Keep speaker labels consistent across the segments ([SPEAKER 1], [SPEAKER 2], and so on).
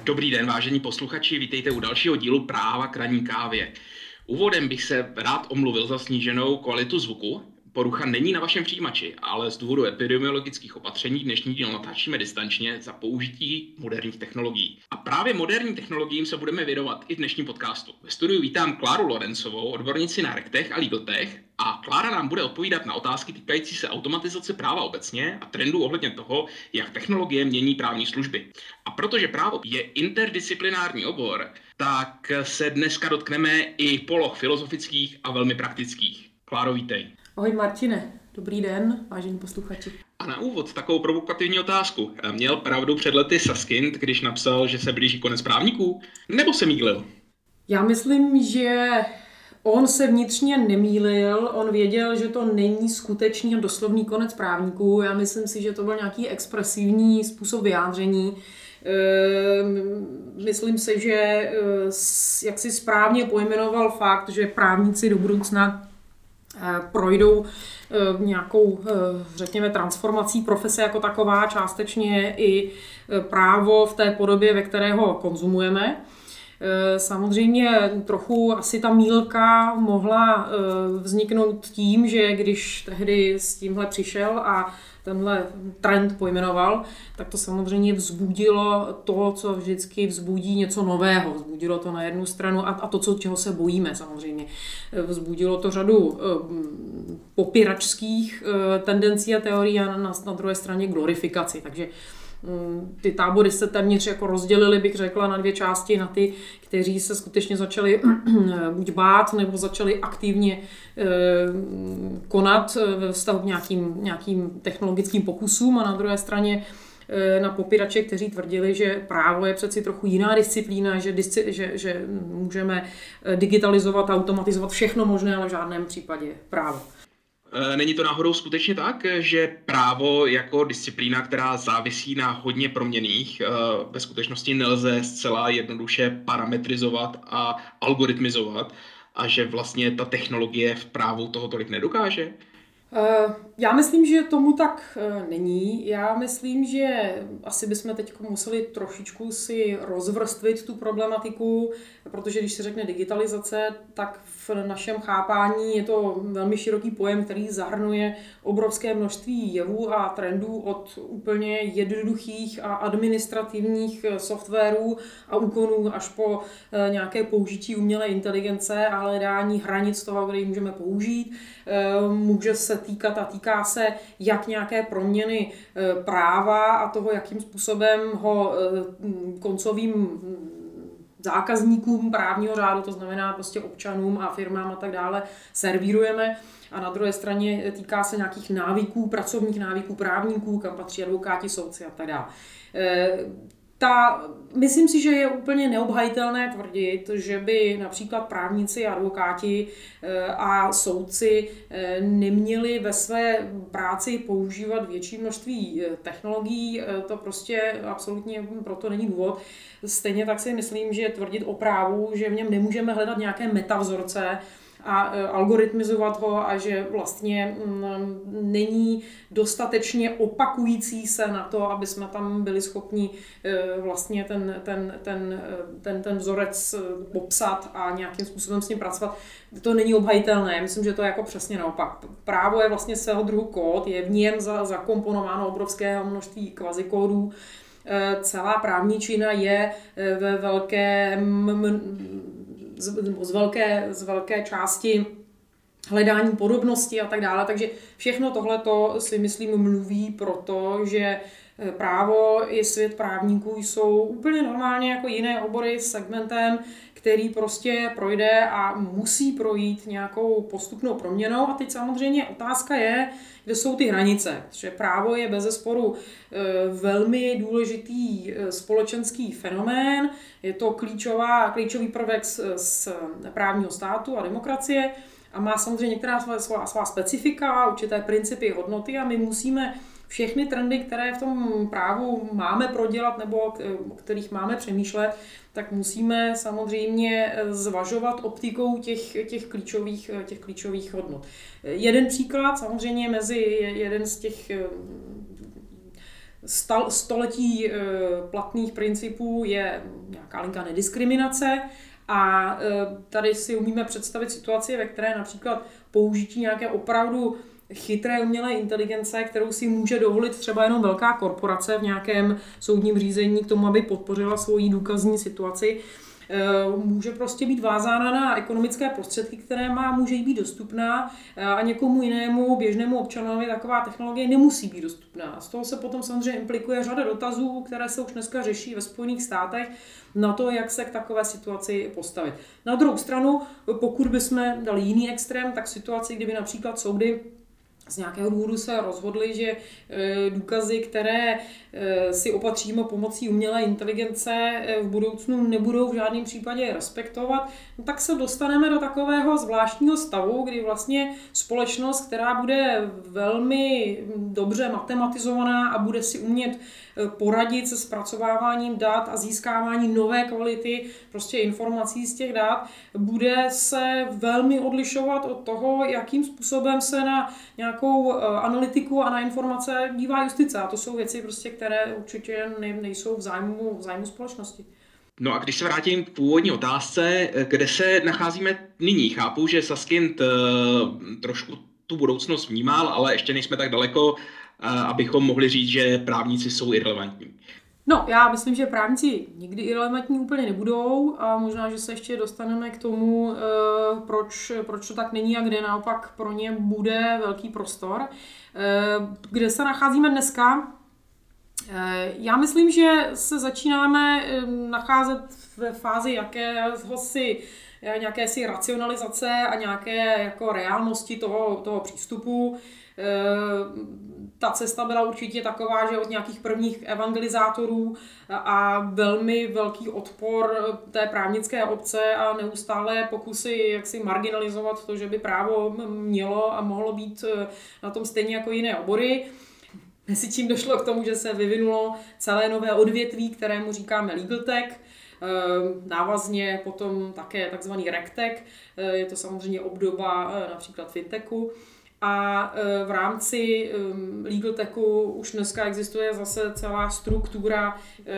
[SPEAKER 1] Dobrý den, vážení posluchači, vítejte u dalšího dílu Práva k ranní kávě. Úvodem bych se rád omluvil za sníženou kvalitu zvuku. Porucha není na vašem přijímači, ale z důvodu epidemiologických opatření dnešní díl natáčíme distančně za použití moderních technologií. A právě moderním technologiím se budeme věnovat i v dnešním podcastu. Ve studiu vítám Kláru Lorencovou, odbornici na RegTech a LegalTech, a Klára nám bude odpovídat na otázky týkající se automatizace práva obecně a trendů ohledně toho, jak technologie mění právní služby. A protože právo je interdisciplinární obor, tak se dneska dotkneme i poloh filozofických a velmi praktických. Kláro, vítej.
[SPEAKER 2] Ahoj Martine, dobrý den, vážení posluchači.
[SPEAKER 1] A na úvod takovou provokativní otázku. Měl pravdu před lety Susskind, když napsal, že se blíží konec právníků? Nebo se mýlil?
[SPEAKER 2] Já myslím, že on se vnitřně nemýlil, on věděl, že to není skutečný a doslovný konec právníků. Já myslím si, že to byl nějaký expresivní způsob vyjádření. Myslím si, že jak si správně pojmenoval fakt, že právníci do budoucna projdou nějakou, řekněme, transformací profese jako taková, částečně i právo v té podobě, ve které ho konzumujeme. Samozřejmě trochu asi ta mýlka mohla vzniknout tím, že když tehdy s tímhle přišel a tenhle trend pojmenoval, tak to samozřejmě vzbudilo to, co vždycky vzbudí něco nového. Vzbudilo to na jednu stranu a to, čeho se bojíme samozřejmě. Vzbudilo to řadu popíračských tendencí a teorií a na druhé straně glorifikaci. Takže ty tábory se téměř jako rozdělily, bych řekla, na dvě části, na ty, kteří se skutečně začali buď bát, nebo začali aktivně konat ve vztahu k nějakým technologickým pokusům, a na druhé straně na popírače, kteří tvrdili, že právo je přeci trochu jiná disciplína, že můžeme digitalizovat, automatizovat všechno možné, ale v žádném případě právo.
[SPEAKER 1] Není to náhodou skutečně tak, že právo jako disciplína, která závisí na hodně proměnných, ve skutečnosti nelze zcela jednoduše parametrizovat a algoritmizovat, a že vlastně ta technologie v právu toho tolik nedokáže?
[SPEAKER 2] Já myslím, že tomu tak není. Já myslím, že asi bychom teď museli trošičku si rozvrstvit tu problematiku, protože když se řekne digitalizace, tak v našem chápání je to velmi široký pojem, který zahrnuje obrovské množství jevů a trendů od úplně jednoduchých a administrativních softwarů a úkonů až po nějaké použití umělé inteligence a hledání hranic toho, kde ji můžeme použít. Může se týkat a týká se jak nějaké proměny práva a toho, jakým způsobem ho koncovým zákazníkům právního řádu, to znamená prostě občanům a firmám a tak dále, servírujeme. A na druhé straně týká se nějakých návyků, pracovních návyků právníků, kam patří advokáti, soudci a tak dále. Myslím si, že je úplně neobhajitelné tvrdit, že by například právníci, advokáti a soudci neměli ve své práci používat větší množství technologií. To prostě absolutně proto není důvod. Stejně tak si myslím, že tvrdit o právu, že v něm nemůžeme hledat nějaké metavzorce a algoritmizovat ho a že vlastně není dostatečně opakující se na to, aby jsme tam byli schopni vlastně ten vzorec popsat a nějakým způsobem s ním pracovat. To není obhajitelné. Myslím, že to je jako přesně naopak. Právo je vlastně svého druhu kód, je v něm zakomponováno obrovské množství kvazikódů. Celá právní čina je ve z velké části hledání podobnosti a tak dále. Takže všechno tohleto si myslím mluví proto, že právo i svět právníků jsou úplně normálně jako jiné obory s segmentem, který prostě projde a musí projít nějakou postupnou proměnou. A teď samozřejmě otázka je, kde jsou ty hranice. Že právo je bezesporu velmi důležitý společenský fenomén, je to klíčový prvek z právního státu a demokracie a má samozřejmě některá svá specifika, určité principy, hodnoty a my musíme všechny trendy, které v tom právu máme prodělat nebo o kterých máme přemýšlet, tak musíme samozřejmě zvažovat optikou těch klíčových hodnot. Jeden příklad, samozřejmě jeden z těch století platných principů je nějaká linka nediskriminace a tady si umíme představit situaci, ve které například použití nějaké opravdu chytré umělé inteligence, kterou si může dovolit třeba jenom velká korporace v nějakém soudním řízení k tomu, aby podpořila svoji důkazní situaci, může prostě být vázána na ekonomické prostředky, které má, může jí být dostupná a někomu jinému běžnému občanovi taková technologie nemusí být dostupná. Z toho se potom samozřejmě implikuje řada dotazů, které se už dneska řeší ve Spojených státech na to, jak se k takové situaci postavit. Na druhou stranu, pokud bychom dali jiný extrém, tak situaci, kdyby například soudy z nějakého důvodu se rozhodli, že důkazy, které si opatříme pomocí umělé inteligence, v budoucnu nebudou v žádném případě respektovat, no tak se dostaneme do takového zvláštního stavu, kdy vlastně společnost, která bude velmi dobře matematizovaná a bude si umět poradit se zpracováváním dat a získávání nové kvality prostě informací z těch dat, bude se velmi odlišovat od toho, jakým způsobem se na nějakou analytiku a na informace dívá justice. A to jsou věci, prostě, které určitě nejsou v zájmu společnosti.
[SPEAKER 1] No a když se vrátím k původní otázce, kde se nacházíme nyní? Chápu, že Susskind trošku tu budoucnost vnímal, ale ještě nejsme tak daleko, abychom mohli říct, že právníci jsou irelevantní.
[SPEAKER 2] No, já myslím, že právníci nikdy irelevantní úplně nebudou a možná, že se ještě dostaneme k tomu, proč to tak není a kde naopak pro ně bude velký prostor. Kde se nacházíme dneska? Já myslím, že se začínáme nacházet ve fázi nějaké racionalizace a nějaké jako reálnosti toho přístupu. Ta cesta byla určitě taková, že od nějakých prvních evangelizátorů a velmi velký odpor té právnické obce a neustále pokusy jak si marginalizovat to, že by právo mělo a mohlo být na tom stejně jako jiné obory. Mezitím došlo k tomu, že se vyvinulo celé nové odvětví, kterému říkáme legal tech, návazně potom také takzvaný regtech, je to samozřejmě obdoba například fintechu. A v rámci legal techu už dneska existuje zase celá struktura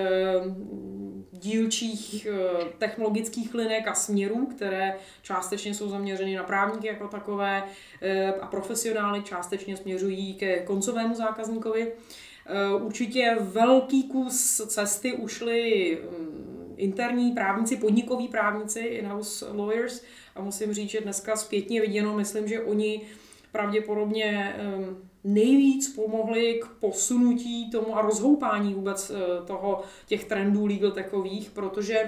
[SPEAKER 2] dílčích technologických linek a směrů, které částečně jsou zaměřeny na právníky jako takové a profesionály částečně směřují ke koncovému zákazníkovi. Určitě velký kus cesty ušli interní právníci, podnikoví právníci, in-house lawyers a musím říct, že dneska zpětně viděno, myslím, že oni pravděpodobně nejvíc pomohli k posunutí tomu a rozhoupání vůbec těch trendů legal techových, protože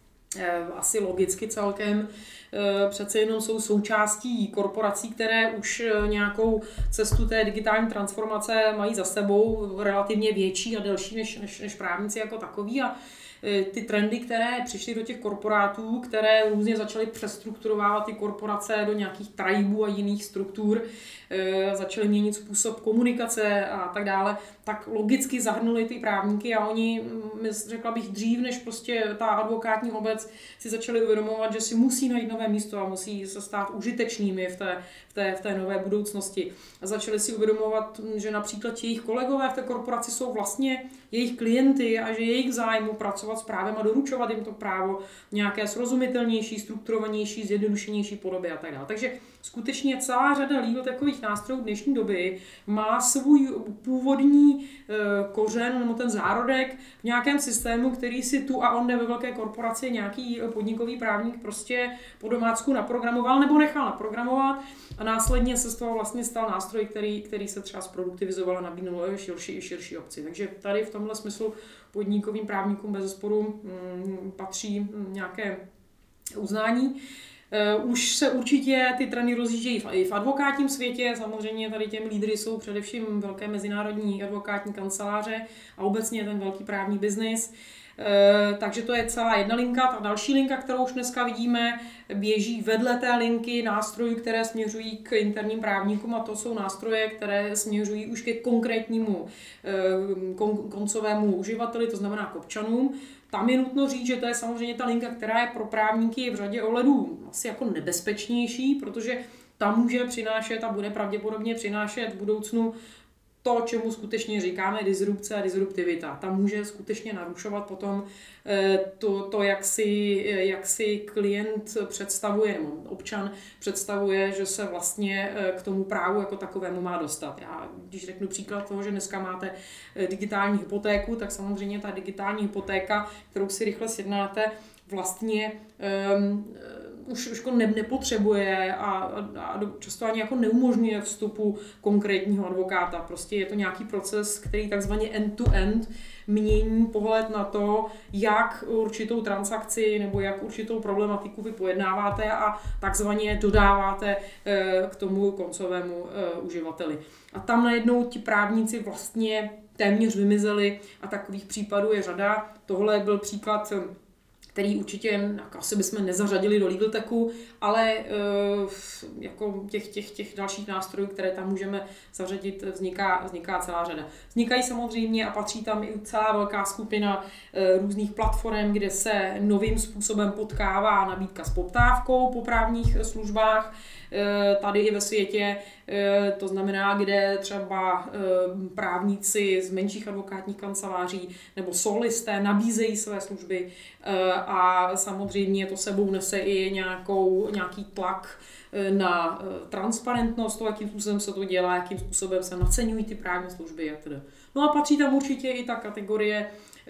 [SPEAKER 2] asi logicky celkem přece jenom jsou součástí korporací, které už nějakou cestu té digitální transformace mají za sebou, relativně větší a delší než právníci jako takový. A ty trendy, které přišly do těch korporátů, které různě začaly přestrukturovávat ty korporace do nějakých tribů a jiných struktur, začaly měnit způsob komunikace a tak dále, tak logicky zahrnuli ty právníky a oni, řekla bych, dřív než prostě ta advokátní obec si začali uvědomovat, že si musí najít nové místo a musí se stát užitečnými v té nové budoucnosti. A začali si uvědomovat, že například jejich kolegové v té korporaci jsou vlastně jejich klienty a že jejich zájmu pracovat s právem a doručovat jim to právo v nějaké srozumitelnější, strukturovanější, zjednodušenější podobě a tak dále. Takže skutečně celá řada legal takových nástrojů dnešní doby má svůj původní kořen nebo ten zárodek v nějakém systému, který si tu a onde ve velké korporaci nějaký podnikový právník prostě po domácku naprogramoval nebo nechal naprogramovat a následně se z toho vlastně stal nástroj, který se třeba zproduktivizoval a nabídnul širší obci. Takže tady v tomhle smyslu podnikovým právníkům bezesporu patří nějaké uznání. Už se určitě ty trendy rozjíždějí i v advokátním světě, samozřejmě tady těmi lídry jsou především velké mezinárodní advokátní kanceláře a obecně ten velký právní biznis. Takže to je celá jedna linka. Ta další linka, kterou už dneska vidíme, běží vedle té linky nástrojů, které směřují k interním právníkům a to jsou nástroje, které směřují už ke konkrétnímu koncovému uživateli, to znamená k občanům. Tam je nutno říct, že to je samozřejmě ta linka, která je pro právníky v řadě ohledů asi jako nebezpečnější, protože ta může přinášet a bude pravděpodobně přinášet v budoucnu to, čemu skutečně říkáme disrupce a disruptivita. Ta může skutečně narušovat potom to jak si klient představuje, nebo občan představuje, že se vlastně k tomu právu jako takovému má dostat. Já, když řeknu příklad toho, že dneska máte digitální hypotéku, tak samozřejmě ta digitální hypotéka, kterou si rychle sjednáte, vlastně už nepotřebuje a často ani jako neumožňuje vstupu konkrétního advokáta. Prostě je to nějaký proces, který takzvaně end-to-end mění pohled na to, jak určitou transakci nebo jak určitou problematiku vy pojednáváte a takzvaně dodáváte k tomu koncovému uživateli. A tam najednou ti právníci vlastně téměř vymizeli a takových případů je řada. Tohle byl příklad, který určitě asi bychom nezařadili do Legal Techu, ale jako těch dalších nástrojů, které tam můžeme zařadit, vzniká celá řada. Vznikají samozřejmě a patří tam i celá velká skupina různých platform, kde se novým způsobem potkává nabídka s poptávkou po právních službách, tady i ve světě, to znamená, kde třeba právníci z menších advokátních kanceláří nebo solisté nabízejí své služby a samozřejmě to sebou nese i nějaký tlak na transparentnost, to, jakým způsobem se to dělá, jakým způsobem se naceňují ty právní služby a tedy. No a patří tam určitě i ta kategorie,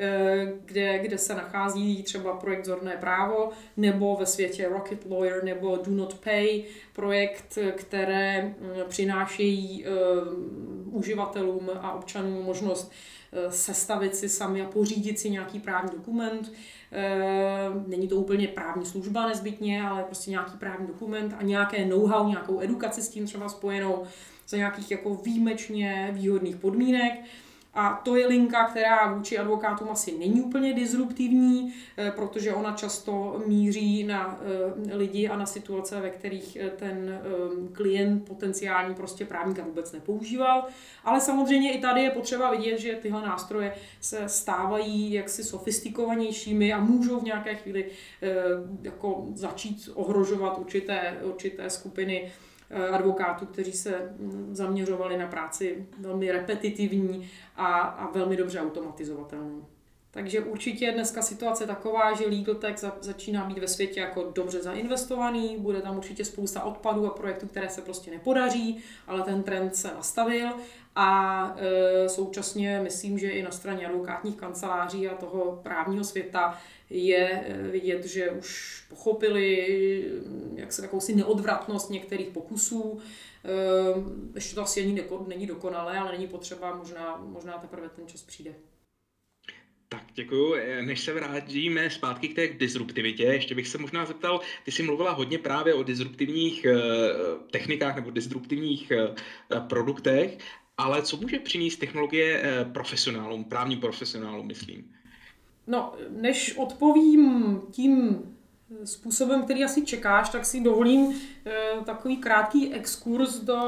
[SPEAKER 2] kde se nachází třeba projekt Zorné právo, nebo ve světě Rocket Lawyer, nebo Do Not Pay, projekt, které přinášejí uživatelům a občanům možnost sestavit si sami a pořídit si nějaký právní dokument. Není to úplně právní služba nezbytně, ale prostě nějaký právní dokument a nějaké know-how, nějakou edukaci s tím třeba spojenou za nějakých jako výjimečně výhodných podmínek. A to je linka, která vůči advokátům asi není úplně disruptivní, protože ona často míří na lidi a na situace, ve kterých ten klient potenciální prostě právníka vůbec nepoužíval. Ale samozřejmě i tady je potřeba vidět, že tyhle nástroje se stávají jaksi sofistikovanějšími a můžou v nějaké chvíli jako začít ohrožovat určité skupiny advokátů, kteří se zaměřovali na práci velmi repetitivní a velmi dobře automatizovatelnou. Takže určitě je dneska situace taková, že Legal Tech začíná být ve světě jako dobře zainvestovaný, bude tam určitě spousta odpadů a projektů, které se prostě nepodaří, ale ten trend se nastavil a současně myslím, že i na straně advokátních kanceláří a toho právního světa je vidět, že už pochopili jakousi neodvratnost některých pokusů. Ještě to asi ani není dokonalé, ale není potřeba, možná teprve ten čas přijde.
[SPEAKER 1] Tak děkuju. Než se vrátíme zpátky k té disruptivitě, ještě bych se možná zeptal, ty jsi mluvila hodně právě o disruptivních technikách nebo disruptivních produktech, ale co může přinést technologie profesionálům, právním profesionálům, myslím?
[SPEAKER 2] No, než odpovím tím způsobem, který asi čekáš, tak si dovolím takový krátký exkurs do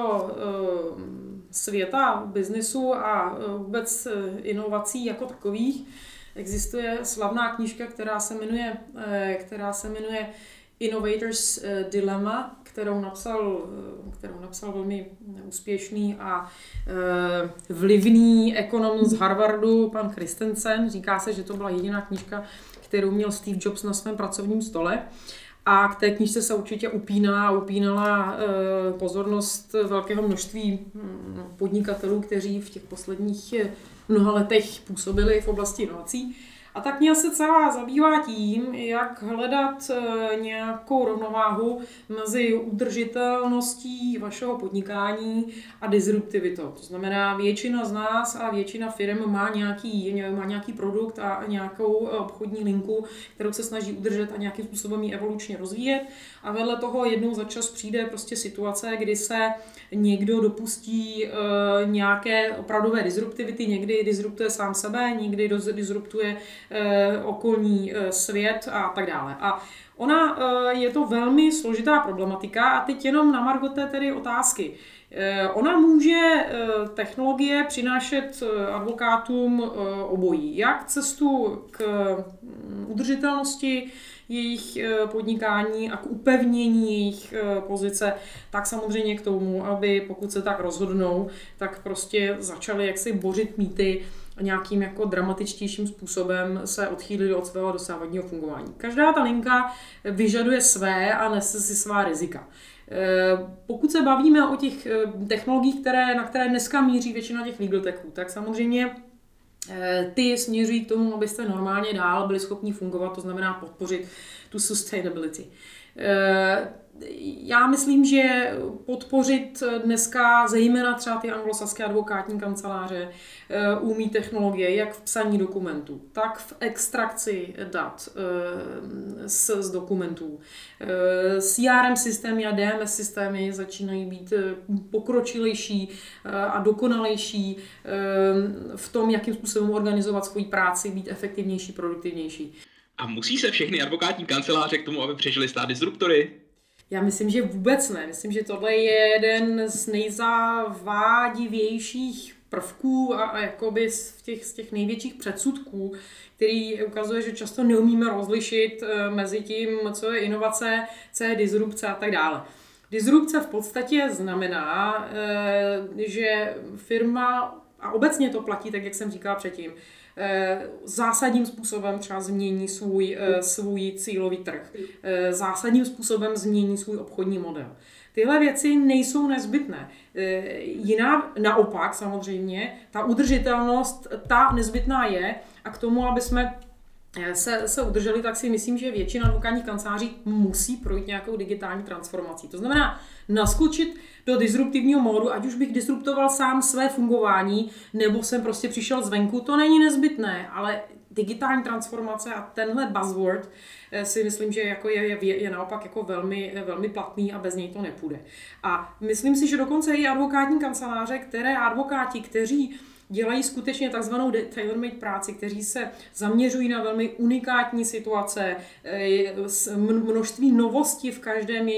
[SPEAKER 2] světa biznesu a vůbec inovací jako takových. Existuje slavná knížka, která se jmenuje Innovators Dilemma, kterou napsal velmi úspěšný a vlivný ekonom z Harvardu, pan Christensen. Říká se, že to byla jediná knížka, kterou měl Steve Jobs na svém pracovním stole. A k té knížce se určitě upínala pozornost velkého množství podnikatelů, kteří v těch posledních mnoha letech působili v oblasti inovací. A ta kniha se celá zabývá tím, jak hledat nějakou rovnováhu mezi udržitelností vašeho podnikání a disruptivitou. To znamená, většina z nás a většina firm má nějaký produkt a nějakou obchodní linku, kterou se snaží udržet a nějakým způsobem ji evolučně rozvíjet. A vedle toho jednou za čas přijde prostě situace, kdy se někdo dopustí nějaké opravdové disruptivity, někdy disruptuje sám sebe, někdy disruptuje okolní svět a tak dále. A ona je to velmi složitá problematika a teď jenom na margo té tedy otázky. Ona může technologie přinášet advokátům obojí. Jak cestu k udržitelnosti, jejich podnikání a k upevnění jejich pozice, tak samozřejmě k tomu, aby pokud se tak rozhodnou, tak prostě začali jaksi bořit mýty a nějakým jako dramatičtějším způsobem se odchýlili od svého dosávadního fungování. Každá ta linka vyžaduje své a nese si svá rizika. Pokud se bavíme o těch technologiích, na které dneska míří většina těch legal techů, tak samozřejmě ty směřují k tomu, abyste normálně dál byli schopni fungovat, to znamená podpořit tu sustainability. Já myslím, že podpořit dneska zejména třeba ty anglosaské advokátní kanceláře umí technologie jak v psaní dokumentů, tak v extrakci dat z dokumentů. CRM systémy a DMS systémy začínají být pokročilejší a dokonalejší v tom, jakým způsobem organizovat svoji práci, být efektivnější, produktivnější.
[SPEAKER 1] A musí se všechny advokátní kanceláře k tomu, aby přežili, stát disruptory?
[SPEAKER 2] Já myslím, že vůbec ne. Myslím, že tohle je jeden z nejzávádivějších prvků a jakoby z těch největších předsudků, který ukazuje, že často neumíme rozlišit mezi tím, co je inovace, co je disrupce a tak dále. Disrupce v podstatě znamená, že firma, a obecně to platí, tak jak jsem říkala předtím, zásadním způsobem třeba změní svůj cílový trh. Zásadním způsobem změní svůj obchodní model. Tyhle věci nejsou nezbytné. Jiná naopak samozřejmě, ta udržitelnost, ta nezbytná je a k tomu, aby jsme se udrželi, tak si myslím, že většina advokátních kanceláří musí projít nějakou digitální transformací. To znamená naskočit do disruptivního módu, ať už bych disruptoval sám své fungování, nebo jsem prostě přišel zvenku, to není nezbytné, ale digitální transformace a tenhle buzzword si myslím, že jako je naopak jako velmi, velmi platný a bez něj to nepůjde. A myslím si, že dokonce i advokátní kanceláře, advokáti, kteří dělají skutečně takzvanou tailor-made práci, kteří se zaměřují na velmi unikátní situace, množství novostí v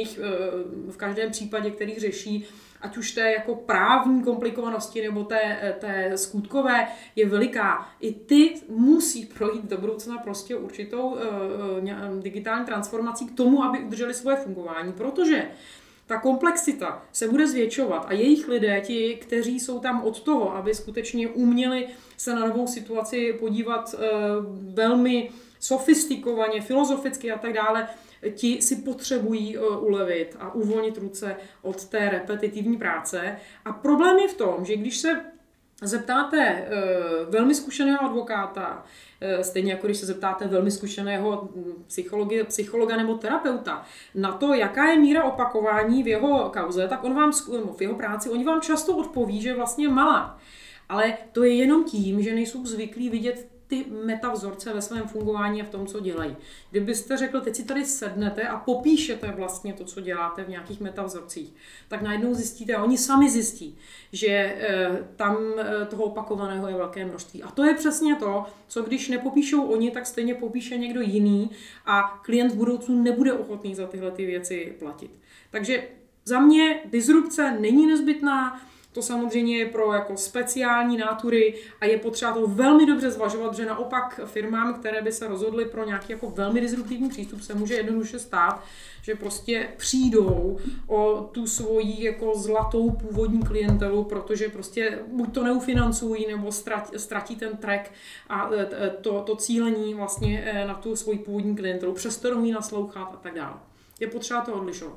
[SPEAKER 2] každém případě, který řeší, ať už té jako právní komplikovanosti nebo té skutkové, je veliká. I ty musí projít do budoucna prostě určitou digitální transformací k tomu, aby udrželi svoje fungování, protože ta komplexita se bude zvětšovat a jejich lidé, ti, kteří jsou tam od toho, aby skutečně uměli se na novou situaci podívat velmi sofistikovaně, filozoficky a tak dále, ti si potřebují ulevit a uvolnit ruce od té repetitivní práce. A problém je v tom, že když se zeptáte velmi zkušeného advokáta, stejně jako když se zeptáte velmi zkušeného psychologa nebo terapeuta na to, jaká je míra opakování v jeho kauze, tak v jeho práci, oni vám často odpoví, že je vlastně malá. Ale to je jenom tím, že nejsou zvyklí vidět ty metavzorce ve svém fungování a v tom, co dělají. Kdybyste řekl, teď si tady sednete a popíšete vlastně to, co děláte v nějakých metavzorcích, tak najednou zjistíte, a oni sami zjistí, že tam toho opakovaného je velké množství. A to je přesně to, co když nepopíšou oni, tak stejně popíše někdo jiný a klient v budoucnu nebude ochotný za tyhle ty věci platit. Takže za mě disrupce není nezbytná. To samozřejmě je pro jako speciální nátury a je potřeba to velmi dobře zvažovat, že naopak firmám, které by se rozhodly pro nějaký jako velmi disruptivní přístup, se může jednoduše stát, že prostě přijdou o tu svoji jako zlatou původní klientelu, protože prostě buď to neufinancují, nebo ztratí ten track a to cílení vlastně na tu svoji původní klientelu, přesto umí naslouchat a tak dále. Je potřeba to odlišovat.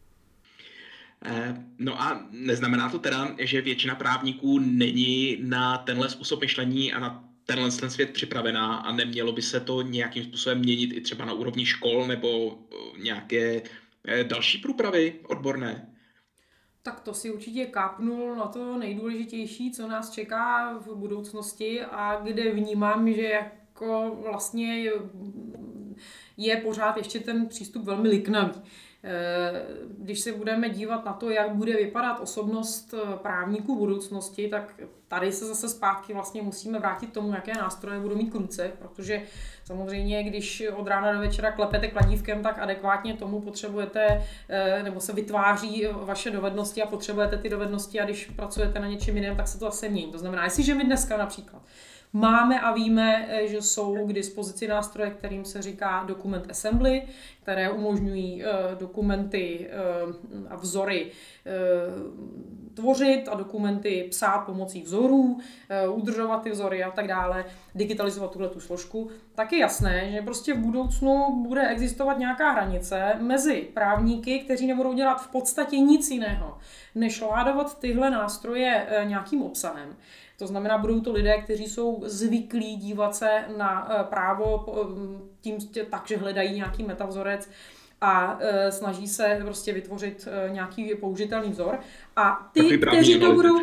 [SPEAKER 1] No a neznamená to teda, že většina právníků není na tenhle způsob myšlení a na ten svět připravená a nemělo by se to nějakým způsobem měnit i třeba na úrovni škol nebo nějaké další průpravy odborné?
[SPEAKER 2] Tak to si určitě kápnul na to nejdůležitější, co nás čeká v budoucnosti a kde vnímám, že jako vlastně je pořád ještě ten přístup velmi liknavý. Když se budeme dívat na to, jak bude vypadat osobnost právníků budoucnosti, tak tady se zase zpátky vlastně musíme vrátit tomu, jaké nástroje budou mít k ruce, protože samozřejmě, když od rána do večera klepete kladívkem, tak adekvátně tomu potřebujete, nebo se vytváří vaše dovednosti a potřebujete ty dovednosti a když pracujete na něčem jiném, tak se to zase mění. To znamená, jestliže my dneska například Máme a víme, že jsou k dispozici nástroje, kterým se říká Document Assembly, které umožňují dokumenty a vzory tvořit a dokumenty psát pomocí vzorů, udržovat ty vzory a tak dále, digitalizovat tuhletu složku, tak je jasné, že prostě v budoucnu bude existovat nějaká hranice mezi právníky, kteří nebudou dělat v podstatě nic jiného, než ládovat tyhle nástroje nějakým obsahem. To znamená, budou to lidé, kteří jsou zvyklí dívat se na právo tím tak, že hledají nějaký metavzorec a snaží se prostě vytvořit nějaký použitelný vzor. A ty, kteří to budou...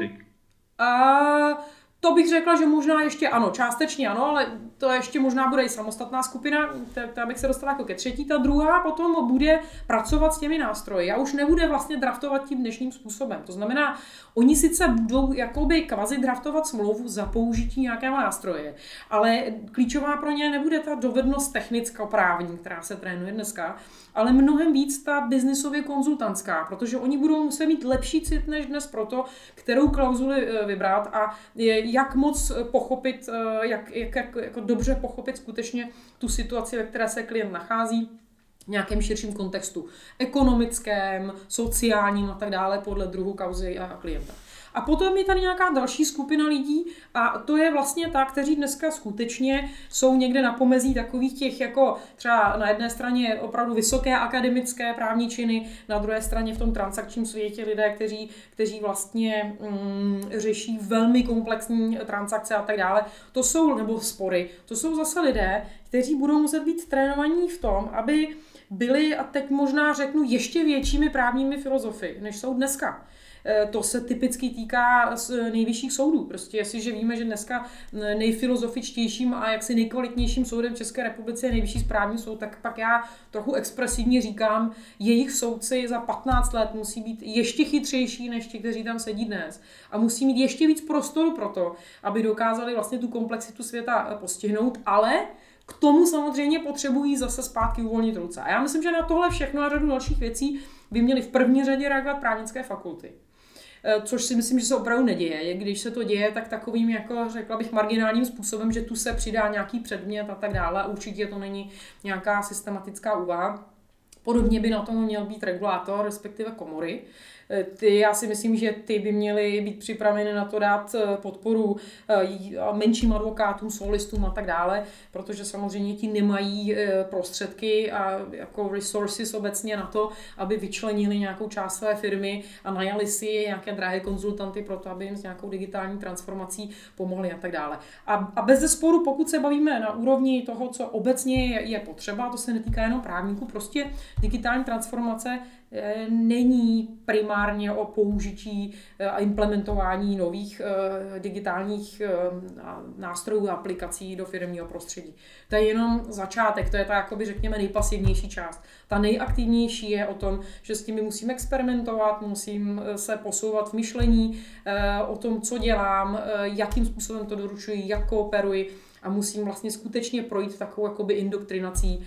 [SPEAKER 2] To bych řekla, že možná ještě ano, částečně ano, ale to ještě možná bude i samostatná skupina, která bych se dostala jako ke třetí. Ta druhá potom bude pracovat s těmi nástroji a už nebude vlastně draftovat tím dnešním způsobem. To znamená, oni sice budou jakoby kvazi draftovat smlouvu za použití nějakého nástroje, ale klíčová pro ně nebude ta dovednost technicko-právní, která se trénuje dneska, ale mnohem víc ta biznisově konzultantská, protože oni budou muset mít lepší cit než dnes pro to, kterou klauzuli vybrat a jak moc pochopit, jak jako dobře pochopit skutečně tu situaci, ve které se klient nachází v nějakém širším kontextu ekonomickém, sociálním a tak dále podle druhu kauzy a klienta. A potom je tady nějaká další skupina lidí a to je vlastně ta, kteří dneska skutečně jsou někde na pomezí takových těch jako třeba na jedné straně opravdu vysoké akademické právní činy, na druhé straně v tom transakčním světě lidé, kteří vlastně řeší velmi komplexní transakce a tak dále. To jsou, nebo spory, to jsou zase lidé, kteří budou muset být trénovaní v tom, aby byli, a teď možná řeknu, ještě většími právními filozofy, než jsou dneska. To se typicky týká nejvyšších soudů. Prostě jestliže víme, že dneska nejfilozofičtějším a jaksi nejkvalitnějším soudem v České republice je Nejvyšší správní soud, tak pak já trochu expresivně říkám, jejich soudci za 15 let musí být ještě chytřejší než ti, kteří tam sedí dnes. A musí mít ještě víc prostoru pro to, aby dokázali vlastně tu komplexitu světa postihnout, ale k tomu samozřejmě potřebují zase zpátky uvolnit ruce. A já myslím, že na tohle všechno a řadu dalších věcí by měly v první řadě reagovat právnické fakulty. Což si myslím, že se opravdu neděje. Když se to děje, tak takovým, jako řekla bych, marginálním způsobem, že tu se přidá nějaký předmět a tak dále. Určitě to není nějaká systematická úvaha. Podobně by na tom měl být regulátor, respektive komory. Já si myslím, že ty by měly být připraveny na to dát podporu menším advokátům, solistům a tak dále, protože samozřejmě ti nemají prostředky a jako resources obecně na to, aby vyčlenili nějakou část své firmy a najali si nějaké drahé konzultanty pro to, aby jim s nějakou digitální transformací pomohli a tak dále. A bez zesporu, pokud se bavíme na úrovni toho, co obecně je potřeba, to se netýká jenom právníků, prostě digitální transformace není primárně o použití a implementování nových digitálních nástrojů a aplikací do firemního prostředí. To je jenom začátek, to je ta, jakoby řekněme, nejpasivnější část. Ta nejaktivnější je o tom, že s tím musím experimentovat, musím se posouvat v myšlení o tom, co dělám, jakým způsobem to doručuji, jak kooperuji a musím vlastně skutečně projít takovou jakoby indoktrinací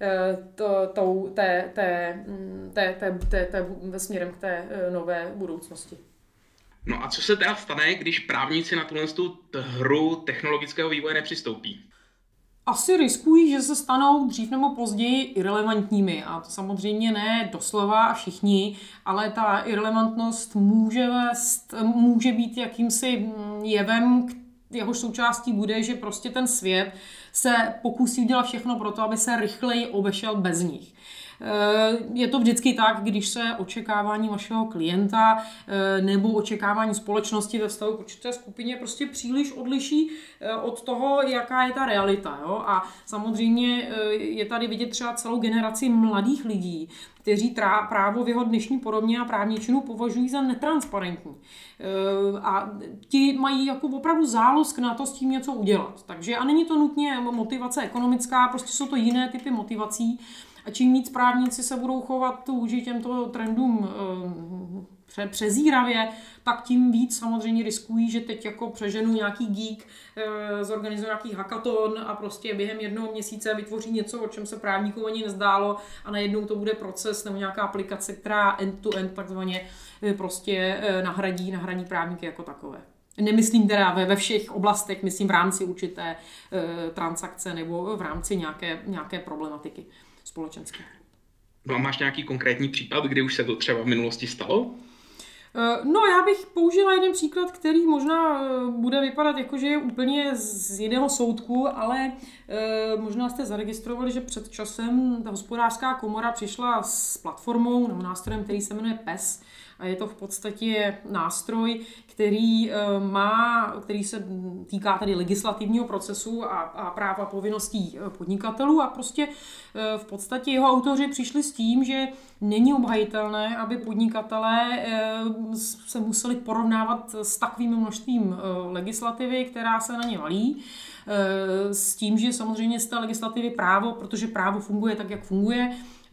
[SPEAKER 2] směrem k té nové budoucnosti.
[SPEAKER 1] No a co se teda stane, když právníci na tuhle hru technologického vývoje nepřistoupí?
[SPEAKER 2] Asi riskují, že se stanou dřív nebo později irelevantními. A to samozřejmě ne doslova a všichni, ale ta irelevantnost může být jakýmsi jevem, jehož součástí bude, že prostě ten svět se pokusí udělat všechno pro to, aby se rychleji obešel bez nich. Je to vždycky tak, když se očekávání vašeho klienta nebo očekávání společnosti ve vztahu k určité skupině prostě příliš odliší od toho, jaká je ta realita. Jo? A samozřejmě je tady vidět třeba celou generaci mladých lidí, kteří právo v jeho dnešní podobě a právničinu považují za netransparentní. A ti mají jako opravdu zálusk na to s tím něco udělat. Takže a není to nutně motivace ekonomická, prostě jsou to jiné typy motivací. A čím víc právníci se budou chovat vůči těmto trendům přezíravě, tak tím víc samozřejmě riskují, že teď jako přeženu nějaký geek, zorganizuje nějaký hackathon a prostě během jednoho měsíce vytvoří něco, o čem se právníkům ani nezdálo a najednou to bude proces nebo nějaká aplikace, která end-to-end takzvaně prostě nahradí právníky jako takové. Nemyslím teda ve všech oblastech, myslím v rámci určité transakce nebo v rámci nějaké problematiky společenské.
[SPEAKER 1] No a máš nějaký konkrétní případ, kdy už se to třeba v minulosti stalo?
[SPEAKER 2] No, já bych použila jeden příklad, který možná bude vypadat jako, že je úplně z jiného soudku, ale možná jste zaregistrovali, že před časem ta hospodářská komora přišla s platformou nebo nástrojem, který se jmenuje PES, a je to v podstatě nástroj, který se týká tady legislativního procesu a práv a povinností podnikatelů, a prostě v podstatě jeho autoři přišli s tím, že není obhajitelné, aby podnikatelé se museli porovnávat s takovým množstvím legislativy, která se na ně valí, s tím, že samozřejmě z té legislativy právo, protože právo funguje tak, jak funguje,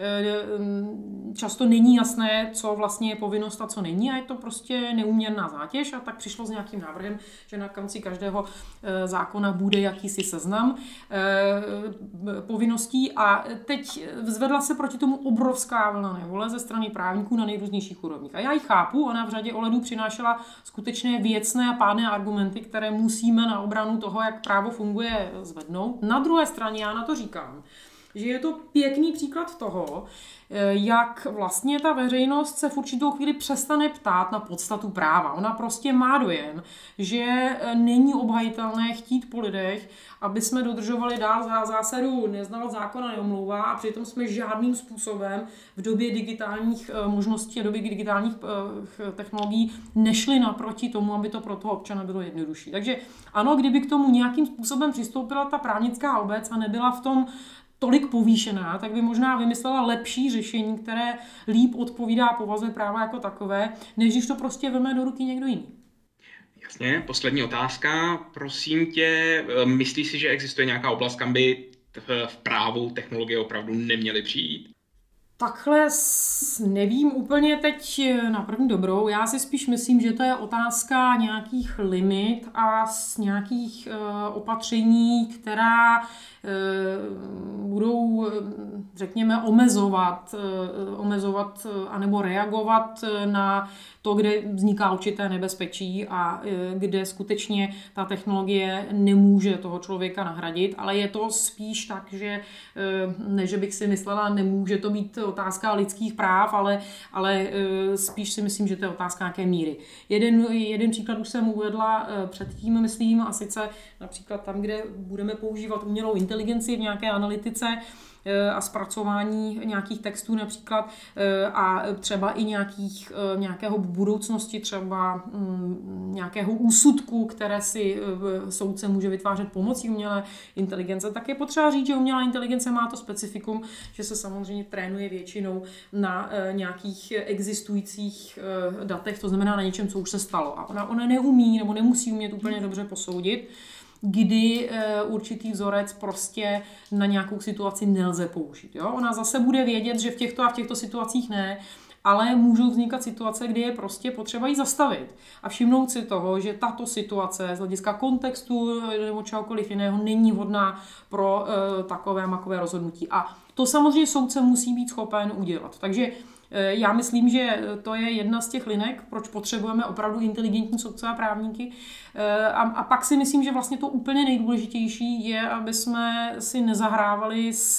[SPEAKER 2] často není jasné, co vlastně je povinnost a co není, a je to prostě neúměrná zátěž, a tak přišlo s nějakým návrhem, že na konci každého zákona bude jakýsi seznam povinností, a teď zvedla se proti tomu obrovská vlna nevole ze strany právníků na nejrůznějších úrovních. A já ji chápu, ona v řadě ohledů přinášela skutečně věcné a pádné argumenty, které musíme na obranu toho, jak právo funguje, zvednout. Na druhé straně já na to říkám, že je to pěkný příklad toho, jak vlastně ta veřejnost se v určitou chvíli přestane ptát na podstatu práva. Ona prostě má dojem, že není obhajitelné chtít po lidech, aby jsme dodržovali dál zásadu neznalec zákona neomlouvá, a přitom jsme žádným způsobem v době digitálních možností a době digitálních technologií nešli naproti tomu, aby to pro toho občana bylo jednodušší. Takže ano, kdyby k tomu nějakým způsobem přistoupila ta právnická obec a nebyla v tom tolik povýšená, tak by možná vymyslela lepší řešení, které líp odpovídá povaze práva jako takové, než když to prostě veme do ruky někdo jiný.
[SPEAKER 1] Jasně, poslední otázka. Prosím tě, myslíš si, že existuje nějaká oblast, kam by v právu technologie opravdu neměly přijít?
[SPEAKER 2] Takhle nevím úplně teď na první dobrou. Já si spíš myslím, že to je otázka nějakých limit a z nějakých opatření, která budou, řekněme, omezovat anebo reagovat na to, kde vzniká určité nebezpečí a kde skutečně ta technologie nemůže toho člověka nahradit, ale je to spíš tak, že ne, že bych si myslela, nemůže to být otázka lidských práv, ale spíš si myslím, že to je otázka nějaké míry. Jeden příklad už jsem uvedla předtím, myslím, a sice například tam, kde budeme používat umělou inteligenci v nějaké analytice a zpracování nějakých textů například, a třeba i nějakého budoucnosti, třeba nějakého úsudku, které si soudce může vytvářet pomocí umělé inteligence, tak je potřeba říct, že umělá inteligence má to specifikum, že se samozřejmě trénuje většinou na nějakých existujících datech, to znamená na něčem, co už se stalo. A ona neumí nebo nemusí umět úplně dobře posoudit, kdy určitý vzorec prostě na nějakou situaci nelze použít. Jo? Ona zase bude vědět, že v těchto a v těchto situacích ne, ale můžou vznikat situace, kdy je prostě potřeba ji zastavit a všimnout si toho, že tato situace z hlediska kontextu nebo čehokoliv jiného není vhodná pro takové makové rozhodnutí. A to samozřejmě soudce musí být schopen udělat. Takže já myslím, že to je jedna z těch linek, proč potřebujeme opravdu inteligentní soudce a právníky. A pak si myslím, že vlastně to úplně nejdůležitější je, aby jsme si nezahrávali s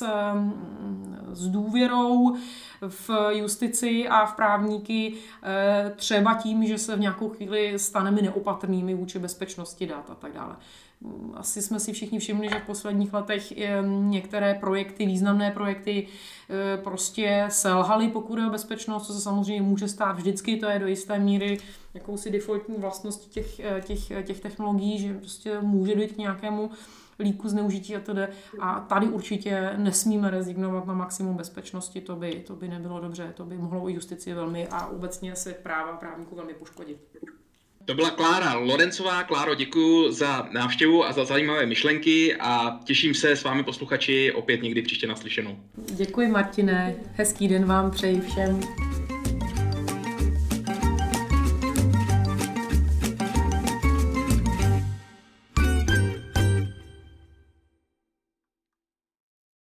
[SPEAKER 2] důvěrou v justici a v právníky, třeba tím, že se v nějakou chvíli staneme neopatrnými vůči bezpečnosti dat a tak dále. Asi jsme si všichni všimli, že v posledních letech některé projekty, významné projekty prostě selhaly, pokud je o bezpečnost, co se samozřejmě může stát vždycky, to je do jisté míry jakousi defaultní vlastností těch technologií, že prostě může dojít k nějakému líku, zneužití a tedy. A tady určitě nesmíme rezignovat na maximum bezpečnosti, to by nebylo dobře, to by mohlo i justici velmi a obecně se práva právníků velmi poškodit.
[SPEAKER 1] To byla Klára Lorencová. Kláro, děkuji za návštěvu a za zajímavé myšlenky a těším se s vámi posluchači opět někdy příště naslyšenou.
[SPEAKER 2] Děkuji, Martine, hezký den vám přeji všem.